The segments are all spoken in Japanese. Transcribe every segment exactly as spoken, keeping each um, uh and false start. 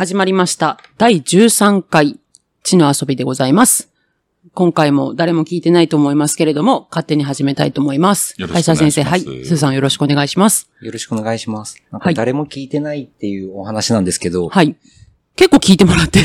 始まりました。だいじゅうさんかい、地の遊びでございます。今回も誰も聞いてないと思いますけれども、勝手に始めたいと思います。 よろしくお願いします。 林田先生、はい。スーさんよろしくお願いします。 よろしくお願いします。なんか誰も聞いてないっていうお話なんですけど。 はい。結構聞いてもらってる。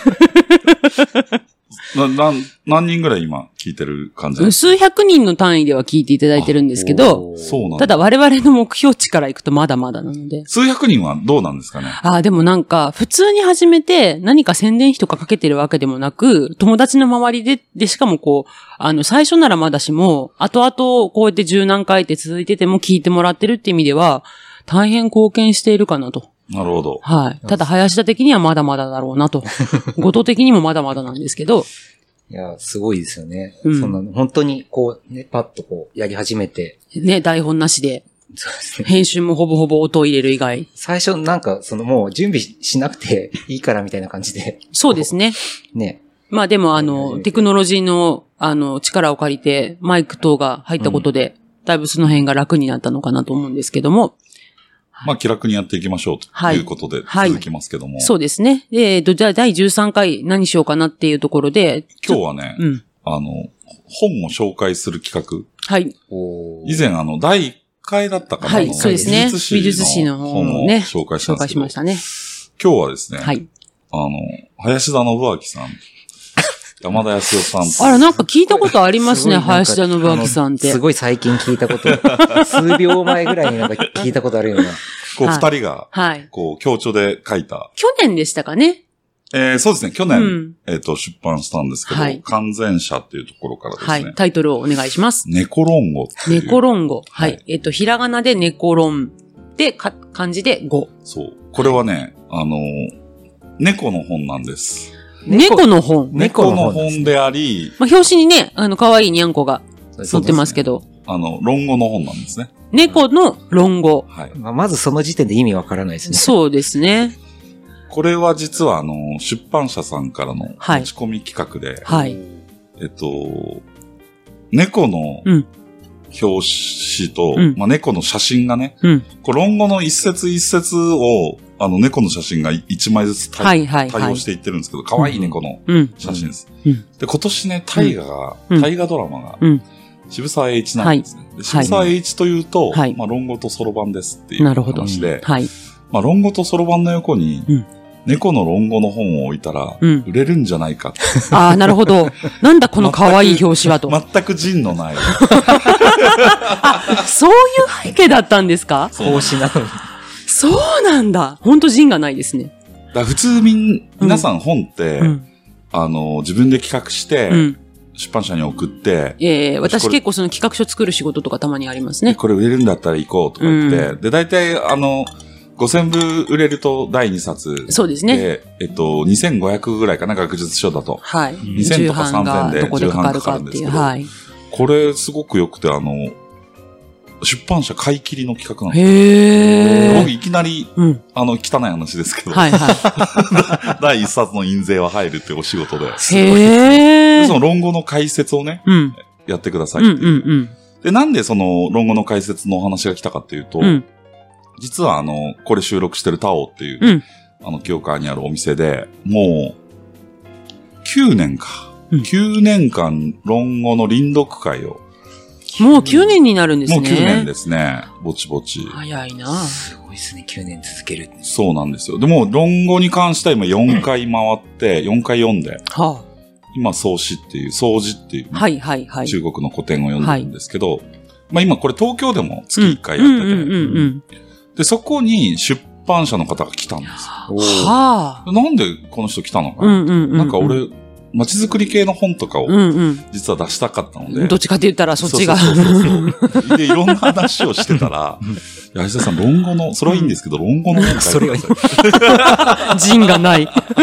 な、な、何人ぐらい今聞いてる感じですか？ 数百人の単位では聞いていただいてるんですけど、 そうなんだ。 ただ我々の目標値からいくとまだまだなので。 数百人はどうなんですかね？ ああ、でもなんか、普通に始めて何か宣伝費とかかけてるわけでもなく、友達の周りで、で、しかもこう、あの、最初ならまだしも、後々こうやって十何回って続いてても聞いてもらってるって意味では、大変貢献しているかなと。 なるほど。 はい。ただ、林田的にはまだまだだろうなと。後藤的にもまだまだなんですけど。 いや、すごいですよね。 うん、 そんなの本当にこう、ね、パッとこう、やり始めて。 ね、台本なしで。 そうですね。 編集もほぼほぼ音を入れる以外。 最初なんか、そのもう準備しなくていいからみたいな感じで。 そうですね。 ね。 まあでもあの、テクノロジーの、あの、力を借りて、マイク等が入ったことで、うん、だいぶその辺が楽になったのかなと思うんですけども。 まあ気楽にやっていきましょうということで続きますけども。 はいはい、そうですね。で、えっと、じゃあだいじゅうさんかい何しようかなっていうところで。 今日はね、うん、あの、本を紹介する企画。 はい。 以前あの、だいいっかいだったかな。 はい、そうですね。美術史の本をね、 紹介したんですけど。 紹介しましたね。 今日はですね、 はい。 あの、林田信明さん。山田康代さん。 あら、なんか聞いたことありますね、林田信明さんって。 すごい最近聞いたこと、数秒前ぐらいになんか聞いたことあるような。 こう、二人が、はい。こう、強調で書いた。 去年でしたかね。 えー、そうですね、去年、うん、えっと、出版したんですけど、はい、完全者っていうところからですね。 はい、タイトルをお願いします。 猫論語っていう。 猫論語。はい。はい、えっと、ひらがなで猫論で、か、漢字で語。 そう。これはね、あの、猫の本なんです。 猫の本。 猫の本であり、 まあ、表紙にね、あの、可愛いにゃんこが載ってますけど。 ね、あの、論語の本なんですね。 猫の論語。 はい。 まあ、まずその時点で意味わからないですね。 そうですね。 これは実はあの、出版社さんからの持ち込み企画で、 はい。 えっと、猫の表紙と、うん、まあ、猫の写真がね、うん、これ論語の一節一節を、あの、猫の写真が一枚ずつ対、はいはいはい、対応していってるんですけど、可愛い猫の写真です。うんうん、で、今年ね、大河が、うん、大河ドラマが、うん、渋沢栄一なんですね。はい、で渋沢栄一というと、はい、まあ、論語とそろばんですっていう話で、はい、まあ、論語とそろばんの横に、うん、猫の論語の本を置いたら、売れるんじゃないか、 うん。ああ、なるほど。なんだこの可愛い表紙はと。 全く人のない。 あ、そういう背景だったんですか？ 表紙なのに。 そうなんだ。ほんと人がないですね。 だから普通みん、皆さん本って、うん、あの、自分で企画して、うん、出版社に送って、 ええー、私結構その企画書作る仕事とかたまにありますね。 これ売れるんだったら行こうとか言って、うん、で、大体あの、ごせんぶ売れるとだいにさつ。 そうですね。 で、えっと、にせんごひゃくぐらいかな、学術書だと。 はい。 にせんとかさんぜんで重版かかるんですけど。はい。これすごく良くて、あの、出版社買い切りの企画なんですよ。 へー。 僕いきなり、うん、あの、汚い話ですけど。 はいはい。だいいっさつの印税は入るってお仕事で。 へー。 その論語の解説をね、うん、やってくださいっていう。うんうんうん、で、なんでその論語の解説のお話が来たかっていうと、うん、実はあの、これ収録してるタオっていう、うん、あの、清川にあるお店で、もう、きゅうねんか。うん、きゅうねんかん論語の臨読会を、 もうきゅうねんになるんですね。 もうきゅうねんですね。ぼちぼち。 早いな。 すごいですね。きゅうねん続ける。 そうなんですよ。でも、論語に関しては今よんかい回って、よんかい読んで、はあ、今、創始っていう、創始っていう、ね、 はいはいはい、 中国の古典を読んでるんですけど、はい、まあ今これ東京でも月いっかいやってて、うんうんうんうん、で、そこに出版社の方が来たんですよ。はあ、なんでこの人来たのかな、うんうんうんうん、なんか俺、街づくり系の本とかを実は出したかったので、うんうん、 どっちかって言ったらそっちがそうそうそうそうでいろんな話をしてたら安田さん論語のそれはいいんですけど、うん、論語の本書いてください。 人がない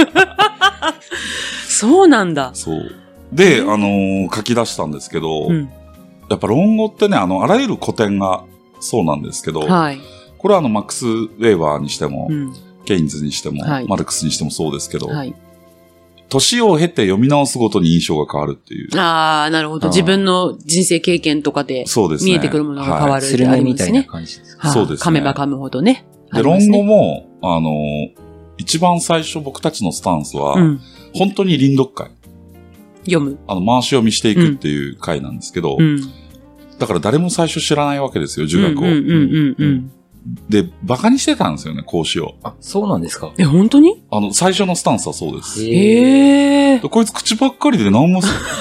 そうなんだ。 そうで、あのー、書き出したんですけど、うん、やっぱ論語ってね、あのあらゆる古典がそうなんですけど、はい、これはあのマックス・ウェーバーにしても、うん、ケインズにしても、はい、マルクスにしてもそうですけど、はい、年を経て読み直すごとに印象が変わるっていう。 ああ、なるほど。自分の人生経験とかで見えてくるものが変わるってありますね。 スルメみたいな感じですか。 そうですね。 噛めば噛むほどね。 で、論語も、あの、 一番最初僕たちのスタンスは、うん、本当に臨読会。 読む。 あの、回し読みしていくっていう会なんですけど、うん、だから誰も最初知らないわけですよ、儒学を。で、馬鹿にしてたんですよね、講師を。 あ、そうなんですか。 え、本当に？ あの、最初のスタンスはそうです。 へえ。 こいつ口ばっかりで何も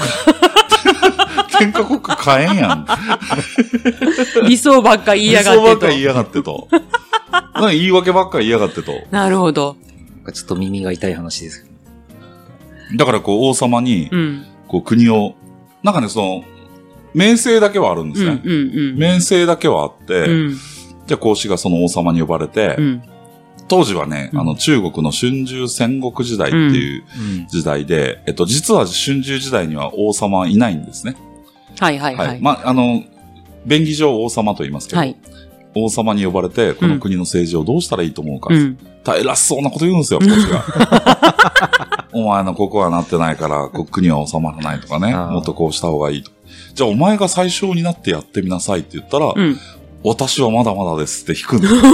喧嘩国家買えんやん。 理想ばっか言いやがってと。 理想ばっか言いやがってと。なんか言い訳ばっか言いやがってと。 なるほど。 ちょっと耳が痛い話ですけど。だからこう王様に、うん、こう国を、なんかね、その、名声だけはあるんですね。うんうんうん、名声だけはあって、うん、じゃあ孔子がその王様に呼ばれて、うん、当時はね、うん、あの中国の春秋戦国時代っていう時代で、うん、えっと、実は春秋時代には王様はいないんですね。 はいはいはい。はい、 まあ、あの、便宜上王様と言いますけど、はい、王様に呼ばれて、この国の政治をどうしたらいいと思うか。うん、偉そうなこと言うんですよ、孔子が。お前のここはなってないから、国は収まらないとかね、もっとこうした方がいいと。じゃあお前が最初になってやってみなさいって言ったら、うん、私はまだまだですって引くんだよ。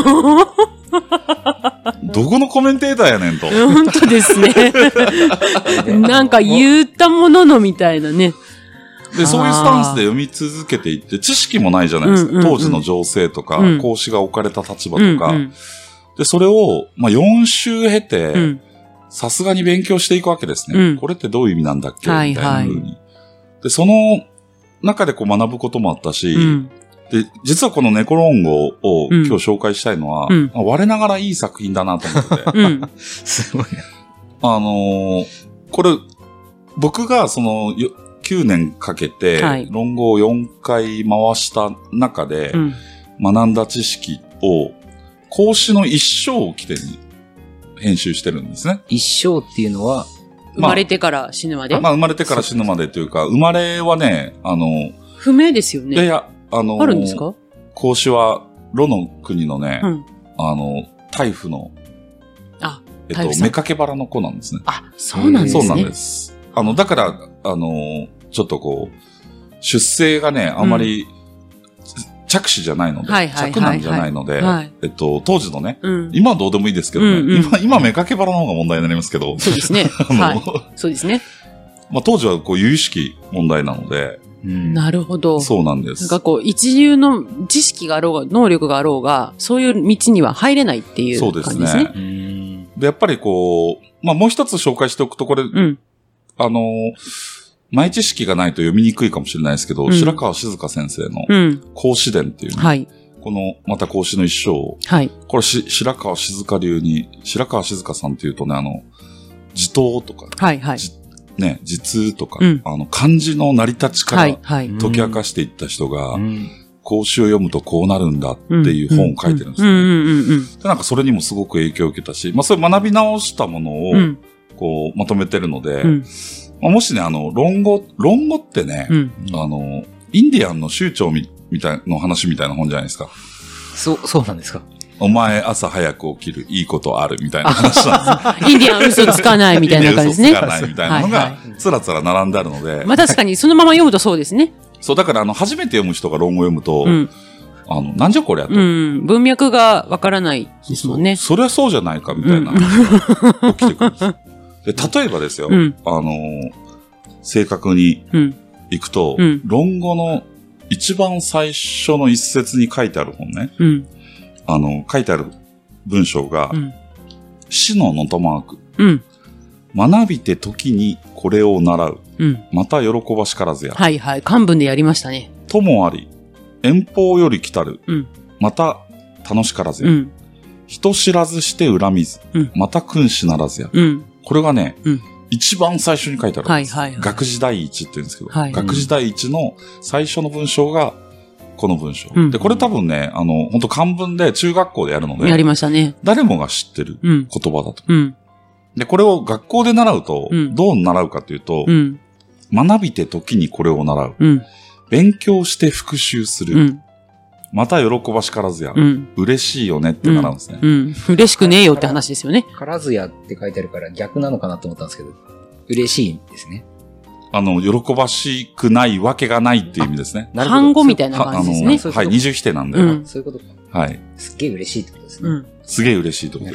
どこのコメンテーターやねんと。 本当ですね。なんか言ったもののみたいなね。 で、そういうスタンスで読み続けていって、知識もないじゃないですか。うんうんうん、当時の情勢とか、うん、孔子が置かれた立場とか。うんうん、で、それを、まあ、よん週経て、さすがに勉強していくわけですね。うん、これってどういう意味なんだっけ、はいはい、みたいな風に。で、その中でこう学ぶこともあったし、うん、で、実はこの猫論語を今日紹介したいのは、うん、我ながらいい作品だなと思ってて。うん、 すごい。 あのー、これ、僕がその、きゅうねんかけて、論語をよんかい回した中で、学んだ知識を、孔子の一生を起点に編集してるんですね。 一生っていうのは、 生まれてから死ぬまで、 まあ、まあ、生まれてから死ぬまでというか、生まれはね、あの、 不明ですよね。 いやいや、あの、 あるんですか？ 孔子は、呂の国のね、うん、あの、大夫の、 あ、 えっと、妾原の子なんですね。 あ、そうなんですね。 そうなんです。あの、だから、あの、ちょっとこう、出生がね、あんまり、着手じゃないので、着なんじゃないので、はい、えっと、当時のね、うん、今はどうでもいいですけどね、うんうん、今、今、妾原の方が問題になりますけど。 そうですね。はい。そうですね。 まあ、当時はこう、由々しき問題なので、 うん、なるほど。 そうなんです。 なんかこう、一流の知識があろうが、能力があろうが、そういう道には入れないっていう感じですね。そうですね。 で、やっぱりこう、まあ、もう一つ紹介しておくと、これ、うん、あの、前知識がないと読みにくいかもしれないですけど、うん、白川静香先生の孔子伝っていう、ね、はい、この、また孔子の一生を、はい、これし、白川静香流に、白川静香さんっていうとね、あの、地頭とか、 はいはい、 ね、実とか、うん、あの、漢字の成り立ちから解き明かしていった人が、孔子を読むとこうなるんだっていう本を書いてるんですね。で、なんかそれにもすごく影響を受けたし、まあ、それ学び直したものを、こう、まとめてるので、うんまあ、もしね、あの、論語、論語ってね、うん、あの、インディアンの州長み、みたいの話みたいな本じゃないですか。 そう、そうなんですか。 お前朝早く起きる、いいことあるみたいな話なんですよ。インディアン嘘つかないみたいな感じですね。 嘘つかないみたいなのが、つらつら並んであるので。 まあ確かに、そのまま読むとそうですね。 そう、だからあの、初めて読む人が論語を読むと、うん、あの、なんじゃこりゃと。 うん、文脈がわからないですもんね。 そりゃそうじゃないかみたいな話が起きてくるんですよ。で、例えばですよ、うん、あのー、正確に行くと、うん、論語の一番最初の一節に書いてある本ね、うん、あの、書いてある文章が、うん、死のノートマーク、うん、学びて時にこれを習う、うん、また喜ばしからずや。 はいはい、漢文でやりましたね。 ともあり、遠方より来たる、うん、また楽しからずや。うん、人知らずして恨みず、うん、また君子ならずや。うんこれがね、うん、一番最初に書いてあるんです。はいはいはい、学時第一って言うんですけど、はい、学時第一の最初の文章がこの文章。うん、で、これ多分ね、あの、本当漢文で中学校でやるので、 やりましたね。 誰もが知ってる言葉だと。うん、で、これを学校で習うと、うん、どう習うかというと、うん、学びて時にこれを習う。うん、勉強して復習する。うんまた喜ばしからずや、うん。嬉しいよねって習うんですね。 うん。うん、嬉しくねえよって話ですよね。 からずやって書いてあるから逆なのかなと思ったんですけど、嬉しいですね。 あの、喜ばしくないわけがないっていう意味ですね。 単語みたいな感じですね。 はい、二重否定なんで。 うん、そういうことか。 はい。 すっげえ嬉しいってことですね。うん、 すげえ嬉しいってことです。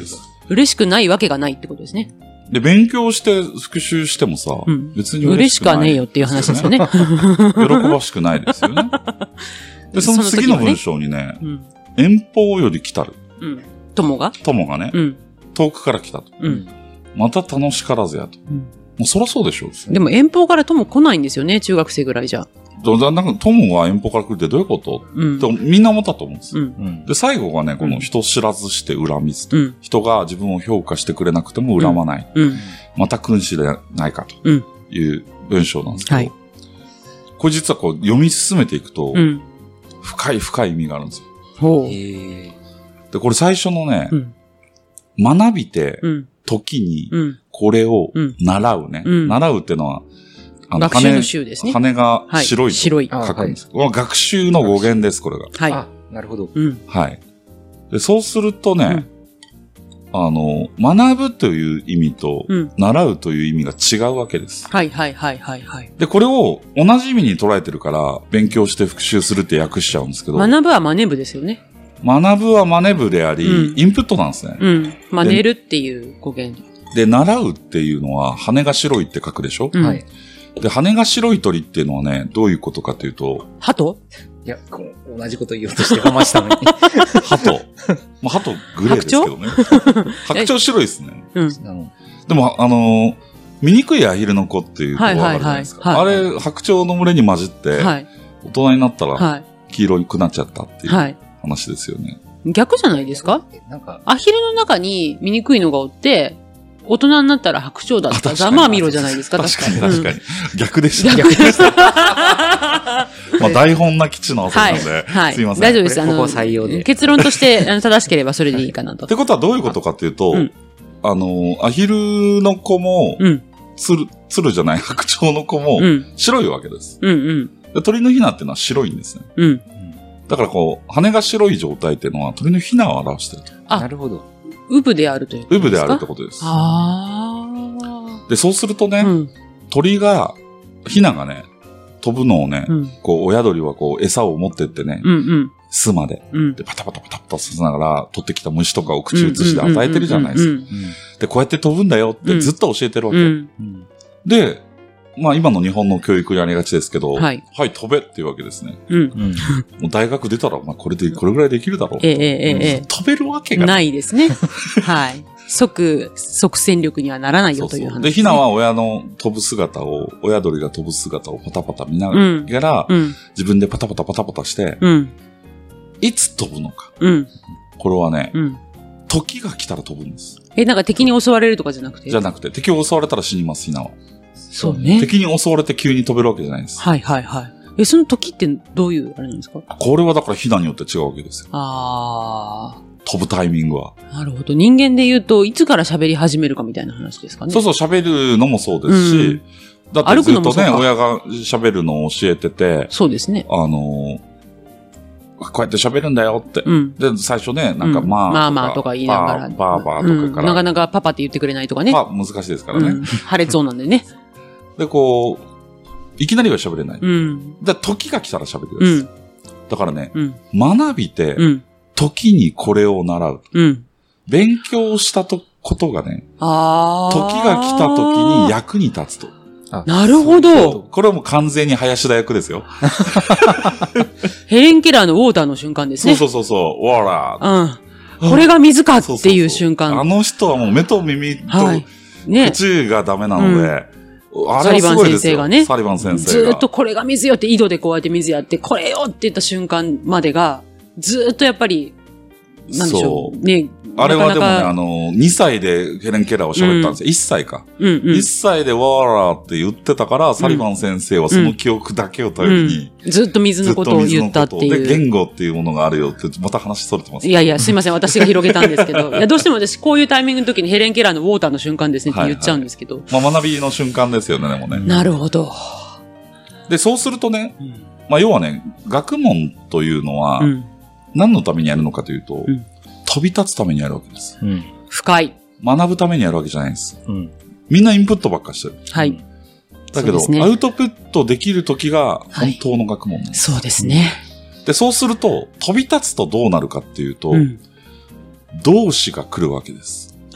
嬉しくないわけがないってことですね。 で、勉強して復習してもさ、うん、別に嬉しくない、 嬉しくはねえよっていう話ですよね。 喜ばしくないですよね。で、その次の文章にね、ねうん、遠方より来たる。 うん。友が友がね、うん、遠くから来たと。うん、また楽しからずやと。うん、もうそらそうでしょう。 でも遠方から友来ないんですよね、中学生ぐらいじゃ。 だなんか友が遠方から来るってどういうこと、うん、ってみんな思ったと思うんです、うん。で、最後がね、この人知らずして恨みずと、うん、人が自分を評価してくれなくても恨まない。うん、また君子でないかという文章なんですけど、はい、これ実はこう読み進めていくと、うん、深い深い意味があるんですよ。ほうで、これ最初のね、うん、学びて、時にこれを習うね。うん、習うっていうのは、あの学習の習ですね。 羽が白いと書くんです。はい、学習の語源です、これが。 はい。あ、なるほど。 うん、はい。で、そうするとね、うん、あの、学ぶという意味と、うん、習うという意味が違うわけです。 はいはいはいはいはい。 で、これを同じ意味に捉えてるから、勉強して復習するって訳しちゃうんですけど。 学ぶは真似部ですよね。 学ぶは真似部であり、うん、インプットなんですね。 うん。真似るっていう語源。 で、習うっていうのは、羽が白いって書くでしょ、うん、はい。で、羽が白い鳥っていうのはね、どういうことかというと。 鳩いや、同じこと言おうとしてましたのに。 鳩。まあ、鳩グレーですけどね。白鳥白いですね。うん。でも、あのー、醜いアヒルの子っていう子があるじゃないですか。はいはいはいはい、あれ、白鳥の群れに混じって、はい、大人になったら、黄色くなっちゃったっていう話ですよね。 はい、逆じゃないですか？なんかアヒルの中に醜いのがおって、大人になったら白鳥だったらざまあみろじゃないですか。 確かに確かに。逆でした。逆でした。まあ台本な基地の遊びなんで、はい、すいません。 大丈夫です。あの、 ここ採用で結論として正しければそれでいいかなと。 ってことはどういうことかっていうと、うん、あの、アヒルの子も、うん、鶴、鶴じゃない白鳥の子も白いわけです。うんうん、で鳥のヒナっていうのは白いんですね。うん、だからこう、羽が白い状態っていうのは鳥のヒナを表していると。 あ、なるほど。 ウブであるということですか？ ウブであるってことです。あで、そうするとね、うん、鳥が、ヒナがね、飛ぶのをね、うん、こう、親鳥はこう、餌を持ってってね、うんうん、巣まで、うん、で、パタパタパタパタさせながら、取ってきた虫とかを口移しで与えてるじゃないですか。で、こうやって飛ぶんだよってずっと教えてるわけ。うんうん、で、まあ今の日本の教育にありがちですけど、はい、はい、飛べっていうわけですね。うん、もう大学出たら、まあこれで、これぐらいできるだろう。ええええ、飛べるわけがない。ないですね。はい。即、即戦力にはならないよという話です、ね。 で、ヒナは親の飛ぶ姿を、親鳥が飛ぶ姿をパタパタ見ながら、うん、自分でパタパタパタパタして、うん、いつ飛ぶのか。うん、これはね、うん、時が来たら飛ぶんです。 え、なんか敵に襲われるとかじゃなくて？ じゃなくて、敵を襲われたら死にます、ヒナは。 そうね。 敵に襲われて急に飛べるわけじゃないです。 はいはいはい。え、その時ってどういうあれなんですか？ これはだからヒナによって違うわけですよ。ああ。飛ぶタイミングは。 なるほど。人間で言うと、いつから喋り始めるかみたいな話ですかね。 そうそう、喋るのもそうですし、うん、だってずっとね、親が喋るのを教えてて、 そうですね。 あの、こうやって喋るんだよって。うん、で、最初ね、なんか、まあ、 うん、まあまあとか言いながら。 バーバーとかから、うん。 なかなかパパって言ってくれないとかね。 まあ、難しいですからね。うん、 破裂音なんでね。 で、こう、いきなりは喋れない。うん、で、時が来たら喋るです。うん、だからね、うん、学びて、うん時にこれを習う。うん。勉強したとことがね、あ時が来た時に役に立つと。 なるほど。 これはもう完全に林田役ですよ。 ヘレン・ケラーのウォーターの瞬間ですね。 そうそうそうそう、ウォーラー。うん。これが水かっていう瞬間。そうそうそうあの人はもう目と耳と口がダメなので、はいねうん、あれはすごいですよ。サリバン先生がね。サリバン先生が。ずっとこれが水よって井戸でこうやって水やって、これよって言った瞬間までが、ずーっとやっぱり、なんでしょう。ね。あれはでもね、あの、にさいでヘレン・ケラーを喋ったんですよ。うん、いっさいか。うんうん、いっさいでワーラーって言ってたから、うん、サリバン先生はその記憶だけを頼りに、うんうん、ずっと水のことを言ったっていう。で、言語っていうものがあるよって、また話それてます。いやいや、すいません。私が広げたんですけど。いや、どうしても私、こういうタイミングの時にヘレン・ケラーのウォーターの瞬間ですねって言っちゃうんですけど。はいはい、まあ、学びの瞬間ですよね、でもね。なるほど。で、そうするとね、うん、まあ、要はね、学問というのは、うん何のためにやるのかというと、うん、飛び立つためにやるわけです、うん。深い。学ぶためにやるわけじゃないんです。うん、みんなインプットばっかしてる。はい。だけど、ね、アウトプットできるときが本当の学問なんです、はい。そうですね。で、そうすると、飛び立つとどうなるかっていうと、うん、動詞が来るわけです。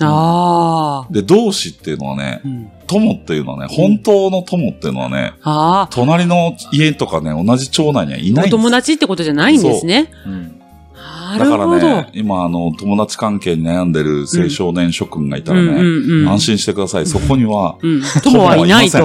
ああ。 で、同志っていうのはね、うん、友っていうのはね、本当の友っていうのはね、うん、隣の家とかね、同じ町内にはいないんです。 お友達ってことじゃないんですね。そう。うんだからね、今あの、友達関係に悩んでる青少年諸君がいたらね、うんうんうん、安心してください。そこには、うん、 友はいないと。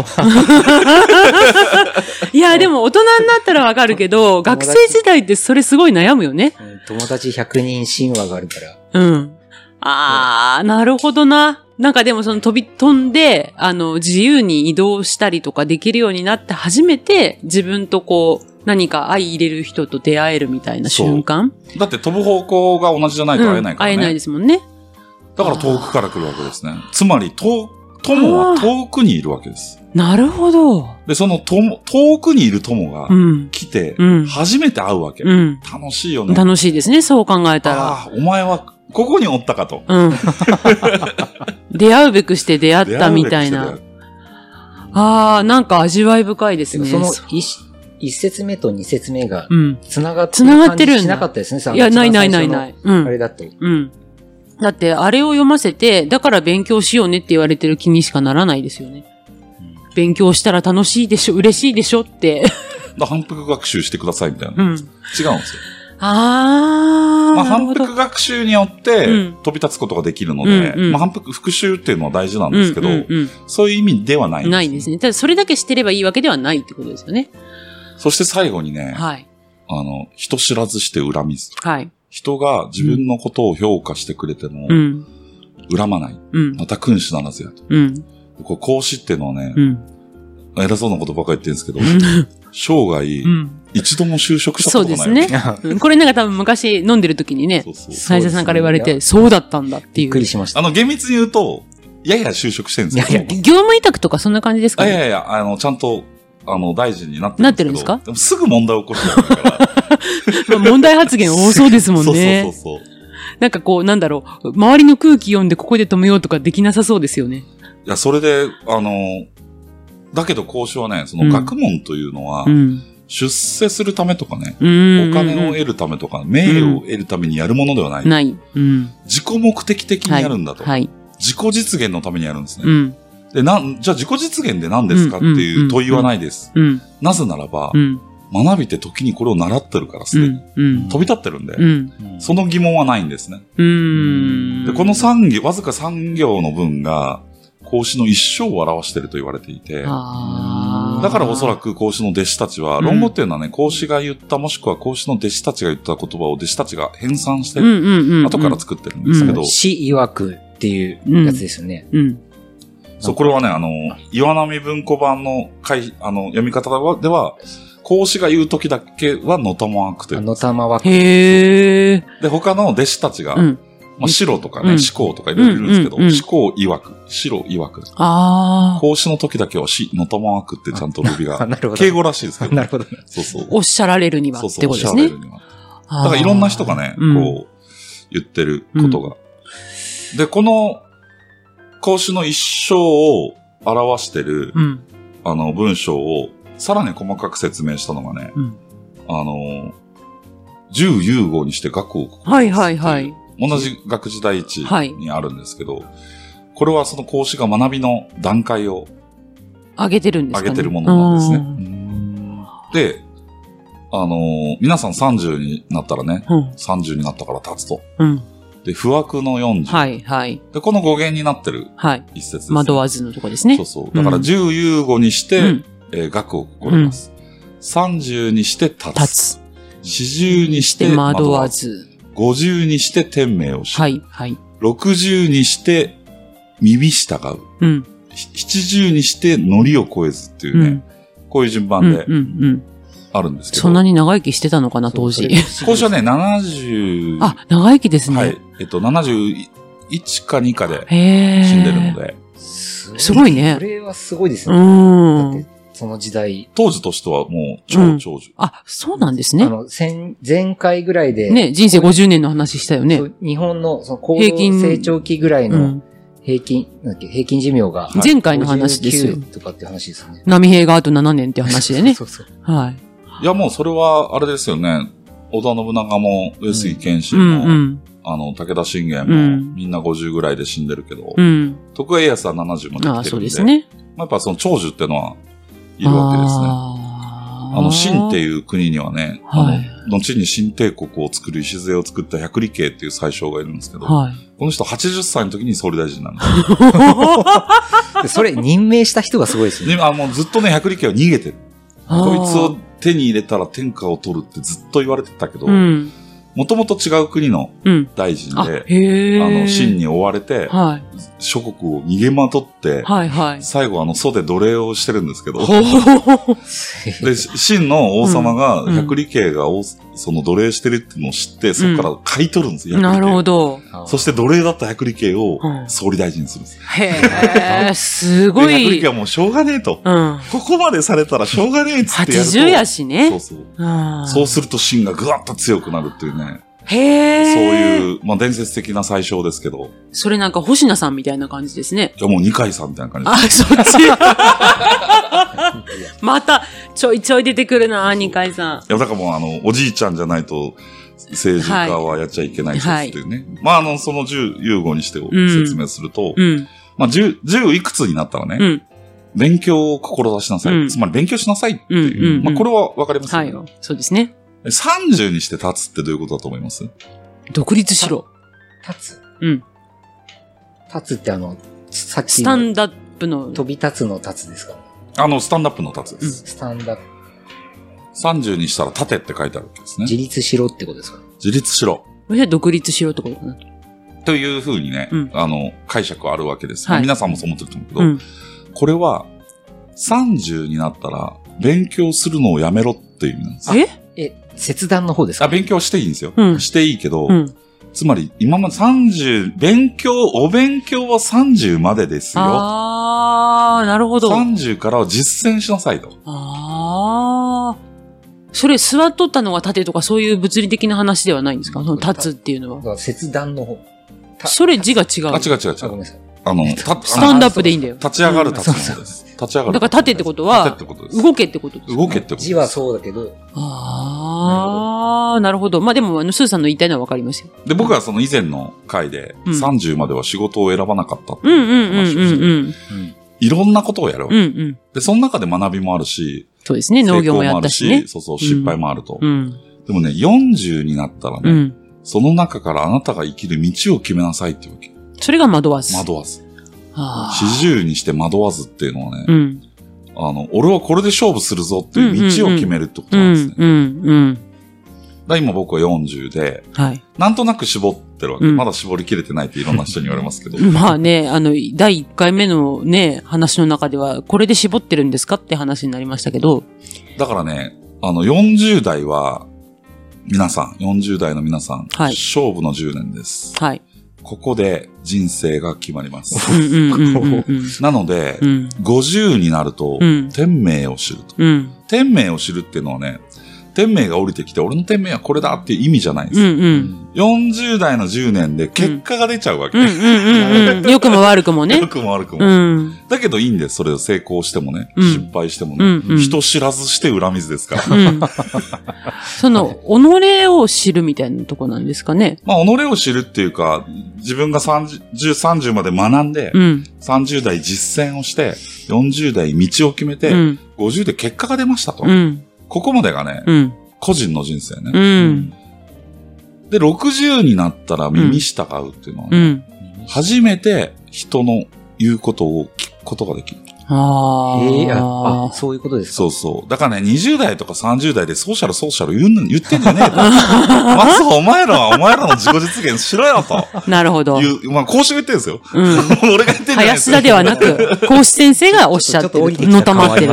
いや、でも大人になったらわかるけど、学生時代ってそれすごい悩むよね。 友達ひゃくにん神話があるから。 うん。あー、なるほどな。なんかでもその飛び、飛んで、あの、自由に移動したりとかできるようになって初めて自分とこう、何か相入れる人と出会えるみたいな瞬間。 だって飛ぶ方向が同じじゃないと会えないからね。 うん、会えないですもんね。 だから遠くから来るわけですね。つまり、遠、友は遠くにいるわけです。 なるほど。 で、その友、遠くにいる友が来て、うん、初めて会うわけ、うん。楽しいよね。 楽しいですね、そう考えたら。ああ、お前はここにおったかと。 うん、出会うべくして出会ったみたいな。ああ、なんか味わい深いですね。 その一一節目と二節目が、繋がってる感じしなかったですね、 いや、ないないないない。 うん。あれだと。 うん。だって、あれを読ませて、だから勉強しようねって言われてる気にしかならないですよね。うん、勉強したら楽しいでしょ、嬉しいでしょって。 反復学習してくださいみたいな。うん、違うんですよ。 あー。 まあ、反復学習によって、飛び立つことができるので、うんうん、まあ、反復、復習っていうのは大事なんですけど、うんうんうん、そういう意味ではないんです、ね。 ないですね。ただ、それだけ知ってればいいわけではないってことですよね。 そして最後にね、はい、あの、人知らずして恨みず。はい。人が自分のことを評価してくれても、うん、恨まない。うん、また君主ならずやと。うん、これ孔子っていうのはね、うん、偉そうなことばかり言ってるんですけど、生涯、うん、一度も就職したことがない。 そうですね。これなんか多分昔飲んでる時にね、斉田さんから言われて、そうだったんだっていう。 びっくりしました。 あの、厳密に言うと、やや就職してるんですよ。いやいや、 業務委託とかそんな感じですかね。 いやいや、あの、ちゃんと、あの、大臣になってるんですけど。 なってるんですか？ でもすぐ問題起こしてるから。 まあ問題発言多そうですもんね。そうそうそうそう。なんかこう、なんだろう、周りの空気読んでここで止めようとかできなさそうですよね。 いや、それで、あの、だけど講師はね、その学問というのは、うん、出世するためとかね、うん、お金を得るためとか、名誉を得るためにやるものではない。ない。うん、自己目的的にやるんだと。はいはい、自己実現のためにやるんですね。うんで、なん、じゃあ自己実現で何ですかっていう問いはないです。うんうん、なぜならば、うん、学びて時にこれを習ってるからすでに、うんうん、飛び立ってるんで、うん、その疑問はないんですね。うん、で、この三行、わずか三行の文が、孔子の一生を表していると言われていて、だからおそらく孔子の弟子たちは、論語っていうのはね、孔子が言った、もしくは孔子の弟子たちが言った言葉を弟子たちが編纂して、後から作ってるんですけど。 詩曰くっていうやつですよね。うんうんそう、これはね、あの、岩波文庫版の回、あの、読み方では、孔子が言うときだけはのたまわくという。 のたまわく。 へー。 で、他の弟子たちが、うん、まあ、白とかね、思考とかいろいろいるんですけど、思考曰く、白曰く。ああ。孔子の時だけはし、のたまわくってちゃんとルビが、敬語らしいですけど、ね。 なるほど。 そうそう。 おっしゃられるにはってことですね。そうそう、おっしゃられるには。 だからいろんな人がね、こう、言ってることが。うん、で、この、孔子の一生を表してる、うん、あの、文章をさらに細かく説明したのがね、うん、あの、十有語にして学を、 はいはいはい。 同じ学時代一にあるんですけど、はい、これはその孔子が学びの段階を上げてるんですかね。 上げてるものなんですね。で、あの、皆さんさんじゅうになったらね、うん、さんじゅうになったから立つと。うんで、不惑のよんじゅう。はい、はい。で、この語源になってる一節です、ね。 惑わずのとこですね。 そうそう。だから、十有語にして、うんえー、学を心ます。さんじゅうにして立つ。立つ。四十にして惑わず。五十にして天命をし。はい、はい。六十にして耳従う。うん。七十にしてノリを超えずっていうね、うん、こういう順番で。うん、うん、うん。あるんですけど。 そんなに長生きしてたのかな、当時。 孔子はね、ななじゅう。 あ、長生きですね。 はい。えっと、ななじゅういちかにかで死んでるので。 すごいね。 それはすごいですね。うん。だって、その時代。 当時としてはもう超長寿、うん。 あ、そうなんですね。あの、前回ぐらいで。 ね、人生ごじゅうねんの話したよね。 日本の、その、高度成長期ぐらいの平均、なんだっけ、平均寿命が。 前回の話ですよ。 とかって話ですね。 波平があとななねんって話でね。そうそうそう。はい。 いや、もうそれは、あれですよね。織田信長も、上杉謙信も、うんうん、 あの、武田信玄も、うん、みんなごじゅうぐらいで死んでるけど、 うん、 徳川家康はななじゅうまで生きてるんで、 あそうですね。 まあ、やっぱその長寿っていうのはいるわけですね。あの、秦っていう国にはね、はい、あの、後に秦帝国を作る礎を作った百里慶っていう宰相がいるんですけど、はい、この人はちじゅっさいの時に総理大臣になるんですそれ任命した人がすごいですね。 あもうずっとね、百里慶は逃げてる。こいつを手に入れたら天下を取るってずっと言われてたけど、もともと違う国の大臣で、うん、あ, あの、秦に追われて、はい、諸国を逃げまとって、はいはい、最後あの、祖で奴隷をしてるんですけど、で、秦の王様が、百里慶が、うん、その奴隷してるっていうのを知って、そこから買い取るんですよ、 うん、なるほど。 そして奴隷だった百里慶を総理大臣にするんです。 うん、へー、すごい。 百里慶はもうしょうがねえと、うん。ここまでされたらしょうがねえっつってやると。はちじゅうやしね。 そうそう。そうすると秦がぐわっと強くなるっていうね。 へー。 そういう、まあ、伝説的な宰相ですけど。 それなんか、星名さんみたいな感じですね。 いや、もう二階さんみたいな感じです。あ、そっち。また、ちょいちょい出てくるな、二階さん。いや、だからもう、あの、おじいちゃんじゃないと、政治家はやっちゃいけないですっていうね。はい、まあ、あの、その十、融合にして説明すると、うん、まあ、十、十いくつになったらね、うん、勉強を志しなさい。うん、つまり勉強しなさいっていう。うんうんうん、まあ、これはわかりますよね。はい。 そうですね。 さんじゅうにして立つってどういうことだと思います？ 独立しろ。 立つうん。 立つってあの、さっきの。 スタンダップの。 飛び立つの立つですか？ あの、スタンダップの立つです。 うん、スタンダップ。 さんじゅうにしたら立てって書いてあるわけですね。 自立しろってことですか？ 自立しろ。 それは独立しろってことかな。 というふうにね、うん、あの、解釈あるわけです。はい、皆さんもそう思ってると思うけど、うん、これは、さんじゅうになったら、勉強するのをやめろっていう意味なんです。 ええ、切断の方ですか？ あ、勉強していいんですよ。うん、していいけど、うん、つまり今までさんじゅう、勉強、お勉強はさんじゅうまでですよ。 あー、なるほど。 さんじゅうからは実践しなさいと。 あー。それ座っとったのが立てとかそういう物理的な話ではないんですか？その立つっていうのは。 切断の方。 それ字が違う。 あ、違う違う違う。あ、ごめんなさい。あの、 スタンダップでいいんだよ。 立ち上がる立つのです。立ち上がる。 だから立てってことは、立てってことです。動けってことです。 動けってことです。 字はそうだけど。 ああ、なるほど。まあでも、あの、スーさんの言いたいのはわかりますよ。 で、僕はその以前の回で、さんじゅうまでは仕事を選ばなかったっていう話をして、 いろんなことをやるわけ。 うんうん、 で、その中で学びもあるし、 そうですね、農業もやったし、ね。 そうそう、失敗もあると。 うん、 でもね、よんじゅうになったらね、うん、その中からあなたが生きる道を決めなさいっていうわけ。 それが惑わず。 惑わず。四十にして惑わずっていうのはね、 うん、 あの、俺はこれで勝負するぞっていう道を決めるってことなんですね。 うんうんうん、 だ今僕はよんじゅうで、 はい、 なんとなく絞ってるわけ、うん。まだ絞りきれてないっていろんな人に言われますけど。 まあね、あの、だいいっかいめのね、話の中では、これで絞ってるんですかって話になりましたけど。 だからね、あの、よんじゅう代は、皆さん、よんじゅう代の皆さん、はい、勝負のじゅうねんです。 はい。 ここで人生が決まります。なので、うん、ごじゅうになると、うん、天命を知ると、 うん。天命を知るっていうのはね、天命が降りてきて、俺の天命はこれだっていう意味じゃないんですよ。 うんうん、 よんじゅう代のじゅうねんで結果が出ちゃうわけ。 良くも悪くもね。 良くも悪くも、 うん。 だけどいいんです。それを成功してもね、うん、失敗してもね、うんうん、人知らずして恨みずですから。うん、 その、己を知るみたいなとこなんですかね。 まあ、己を知るっていうか、自分がさんじゅう、さんじゅうまで学んで、うん、さんじゅう代実践をして、よんじゅう代道を決めて、うん、ごじゅうで結果が出ましたと。 うん、 ここまでがね、うん、個人の人生ね、 うん。 で、ろくじゅうになったら耳従うっていうのはね、うん、初めて人の言うことを聞くことができる。 あえー、あ、そういうことですか。 そうそう。だからね、にじゅう代とかさんじゅう代でソーシャルソーシャル言うの、言ってんじゃねえと。まずお前らはお前らの自己実現しろよと。 なるほど。 言う、まあ、講師が言ってるんですよ。 うん。 俺が言ってんじゃないですよ。 林田ではなく、講師先生がおっしゃってる。のたまってる。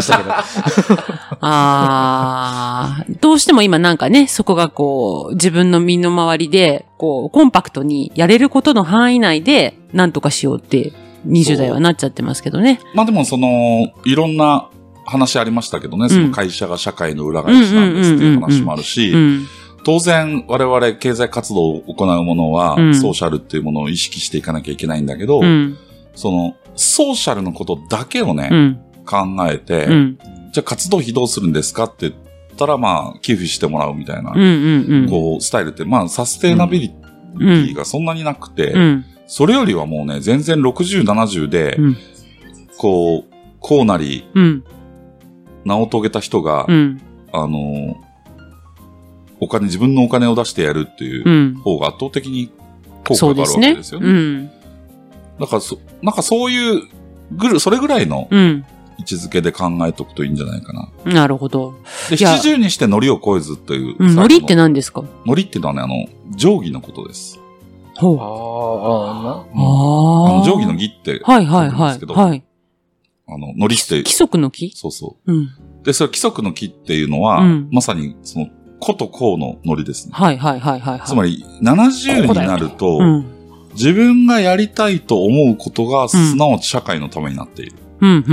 ああ、どうしても今なんかね、そこがこう、自分の身の回りで、こう、コンパクトにやれることの範囲内で、なんとかしようって、にじゅう代はなっちゃってますけどね。 まあでもその、いろんな話ありましたけどね、うん、その会社が社会の裏返しなんですっていう話もあるし、当然我々経済活動を行うものは、うん、ソーシャルっていうものを意識していかなきゃいけないんだけど、うん、その、ソーシャルのことだけをね、うん、考えて、うん、じゃあ活動費どうするんですかって言ったら、まあ、寄付してもらうみたいな、 うんうんうん、 こう、スタイルって、まあ、サステイナビリ技がそんなになくて、うん、それよりはもうね、全然ろくじゅう、ななじゅうで、うん、こう、こうなり、うん、名を遂げた人が、うん、あの、お金、自分のお金を出してやるっていう方が圧倒的に効果があるわけですよね。うん、だからそ、なんかそういう、ぐる、それぐらいの位置づけで考えとくといいんじゃないかな。 うん、なるほど。 で、七十にして海苔を超えずという。 うん、海苔って何ですか？ 海苔ってのはね、あの、定規のことです。 ほう。 ああ、 ああ。あの、定規の儀って。 はいはいはい。はい。 あの、海苔って。 規則の木？ そうそう。うん。で、それ規則の木っていうのは、うん、まさに、その、個と項の海苔ですね。 はいはいはいはい、はい。 つまり、ななじゅうになると、うん、自分がやりたいと思うことが、すなわち社会のためになっている。 うん、うん、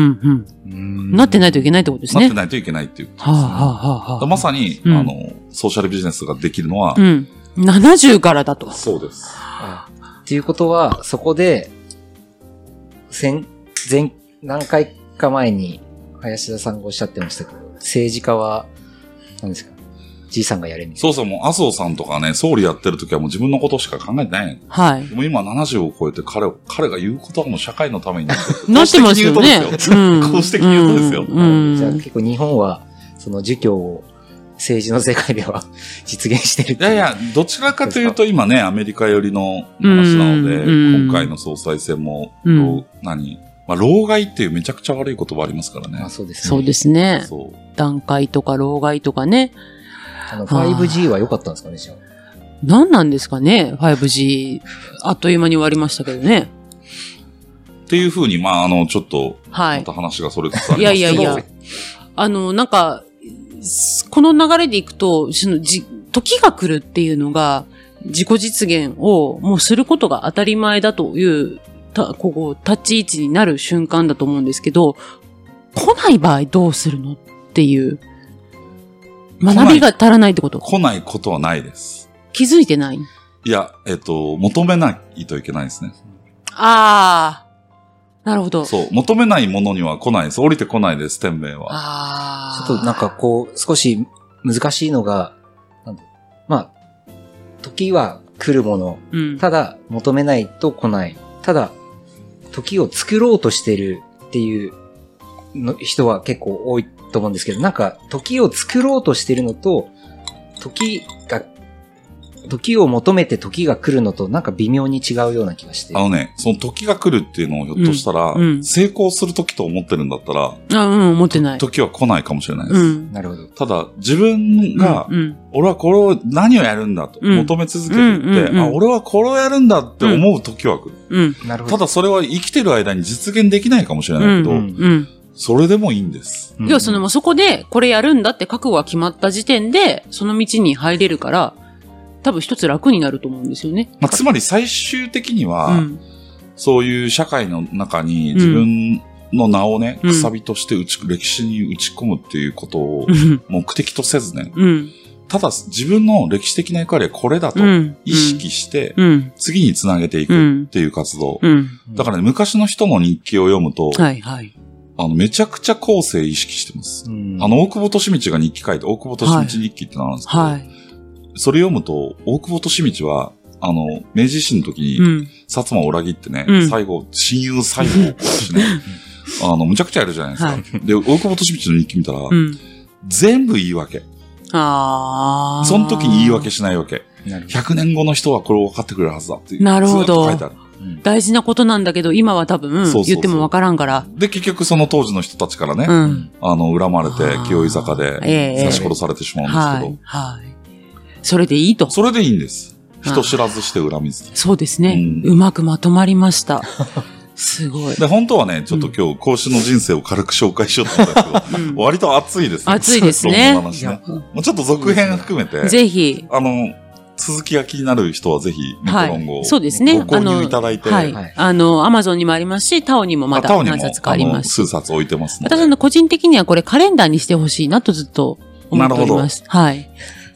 うん。なってないといけないってことですね。 なってないといけないっていうことですね。はあはあはあ、まさに、うん、あの、ソーシャルビジネスができるのは、うん、 ななじゅうからだと。 そうです。 っていうことは、そこで、先、前、何回か前に、林田さんがおっしゃってましたけど、政治家は、何ですか？じいさんがやれみたいな。 そうそう、もう麻生さんとかね、総理やってる時はもう自分のことしか考えてない。 はい。 でも今ななじゅうを超えて彼を、彼が言うことはもう社会のためになってる。なってますよね。 公式的に言うとですよ。 うんうん、じゃあ結構日本は、その儒教を政治の世界では実現してるっていう。 いやいや、どちらかというと今ね、アメリカ寄りの話なので、今回の総裁選も、うん、何まあ、老害っていうめちゃくちゃ悪い言葉ありますからね。 あ、そうですね。 そうですね。そう。段階とか老害とかね。 あの、ファイブジー は良かったんですかね、じゃあ。 何なんですかね、ファイブジー。あっという間に終わりましたけどね。 っていうふうに、まあ、あの、ちょっと、また話がそれつつありますけど。 はい、いやいやいや。あの、なんか、この流れでいくと、そのじ、時が来るっていうのが、自己実現をもうすることが当たり前だという、たここ、立ち位置になる瞬間だと思うんですけど、来ない場合どうするのっていう。学びが足らないってこと？ 来ないことはないです。 気づいてない？ いや、えっと、求めないといけないですね。 ああ。なるほど。 そう。求めないものには来ないです。降りてこないです、天命は。 ああ。ちょっとなんかこう、少し難しいのが、なんだまあ、時は来るもの。うん、ただ、求めないと来ない。ただ、時を作ろうとしてるっていうの人は結構多いと思うんですけど、なんか、時を作ろうとしてるのと、時が、時を求めて時が来るのとなんか微妙に違うような気がして。 あのね、その時が来るっていうのをひょっとしたら、うんうん、成功する時と思ってるんだったら、 あ、うん、思ってない。 時は来ないかもしれないです。うん、 なるほど。 ただ、自分が、うんうん、俺はこれを何をやるんだと求め続けていって、うんうんうん、あ、俺はこれをやるんだって思う時は来る。うん、なるほど。ただそれは生きてる間に実現できないかもしれないけど、うんうんうんそれでもいいんです。 要はその、そこでこれやるんだって覚悟が決まった時点で、その道に入れるから、多分一つ楽になると思うんですよね。 まあ、つまり最終的には、うん、そういう社会の中に自分の名をね、うん、くさびとして打ち、歴史に打ち込むっていうことを目的とせずね、うん、ただ自分の歴史的な役割はこれだと意識して、次につなげていくっていう活動。だからね、昔の人の日記を読むと、はいはいあの、めちゃくちゃ後世意識してます。うん、あの、大久保利通が日記書いて、大久保利通日記ってのがあるんですけど、はいはい、それ読むと、大久保利通は、あの、明治維新の時に、うん、薩摩を裏切ってね、うん、最後、親友最後を殺してね、あの、むちゃくちゃやるじゃないですか。はい、で、大久保利通の日記見たら、うん、全部言い訳。 ああ。 その時に言い訳しないわけ。ひゃくねんごの人はこれを分かってくれるはずだっていう。 なるほど。 ずっと書いてある。 大事なことなんだけど、今は多分、言ってもわからんから。 で、結局その当時の人たちからね、うん、あの、恨まれて、清井坂で、刺し殺されてしまうんですけど、はい。はい。 それでいいと。 それでいいんです。人知らずして恨みず。 そうですね、うん。うまくまとまりました。すごい。 で、本当はね、ちょっと今日、講師の人生を軽く紹介しようと思ったんですけど、うん、割と熱いですね。 熱いですね。 その話ね。もうちょっと続編含めて、 ぜひ。 あの、続きが気になる人はぜひ、ネコロンゴを、 そうですね。 ご購入いただいて。 はい。あの、アマゾンにもありますし、タオにもまだ何冊かあります。 数冊置いてますので。 私の個人的にはこれカレンダーにしてほしいなとずっと思っております。はい。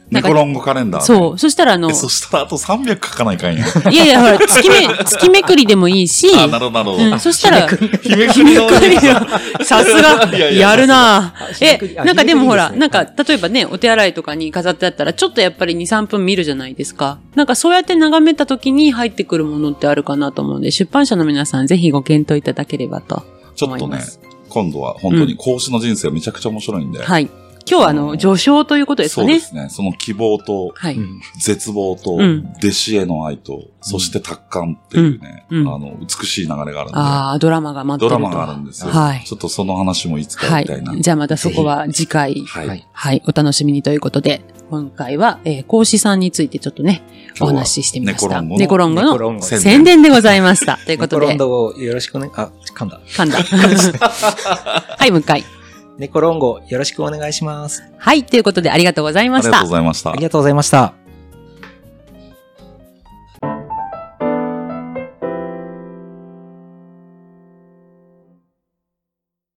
ネコロンゴカレンダー、ね。 そう。そしたらあの、 そしたらあとさんびゃく書かないかんや。 いやいや、ほら、月め、月めくりでもいいし。 あ、なるほど、なるほど。 うん、そしたら、 日めくりの。 さすが、やるなえ、なんかでもほら、なんか、例えばね、お手洗いとかに飾ってあったら、ちょっとやっぱりに、さんぷん見るじゃないですか。なんかそうやって眺めた時に入ってくるものってあるかなと思うんで、出版社の皆さんぜひご検討いただければと思います。 ちょっとね、今度は本当に講師の人生めちゃくちゃ面白いんで。うん、 はい。今日はあの、序章ということですかね。 そうですね。その希望と、はい、絶望と、うん、弟子への愛と、そして達観っていうね、うん、あの、美しい流れがあるんで。 ああ、ドラマが待ってると。 ドラマがあるんですよ。はい。ちょっとその話もいつかやりたいな。 はい。じゃあまたそこは次回、はい。はい。お楽しみにということで、今回は、えー、講師さんについてちょっとね、お話ししてみました。ネコロンゴの宣伝でございました。ということで。 ネコロンゴをよろしくお願い、あ、噛んだ。 噛んだ。はい、もう一回。 ネコロンゴよろしくお願いします。 はい、ということでありがとうございました。ありがとうございました。 ありがとうございました。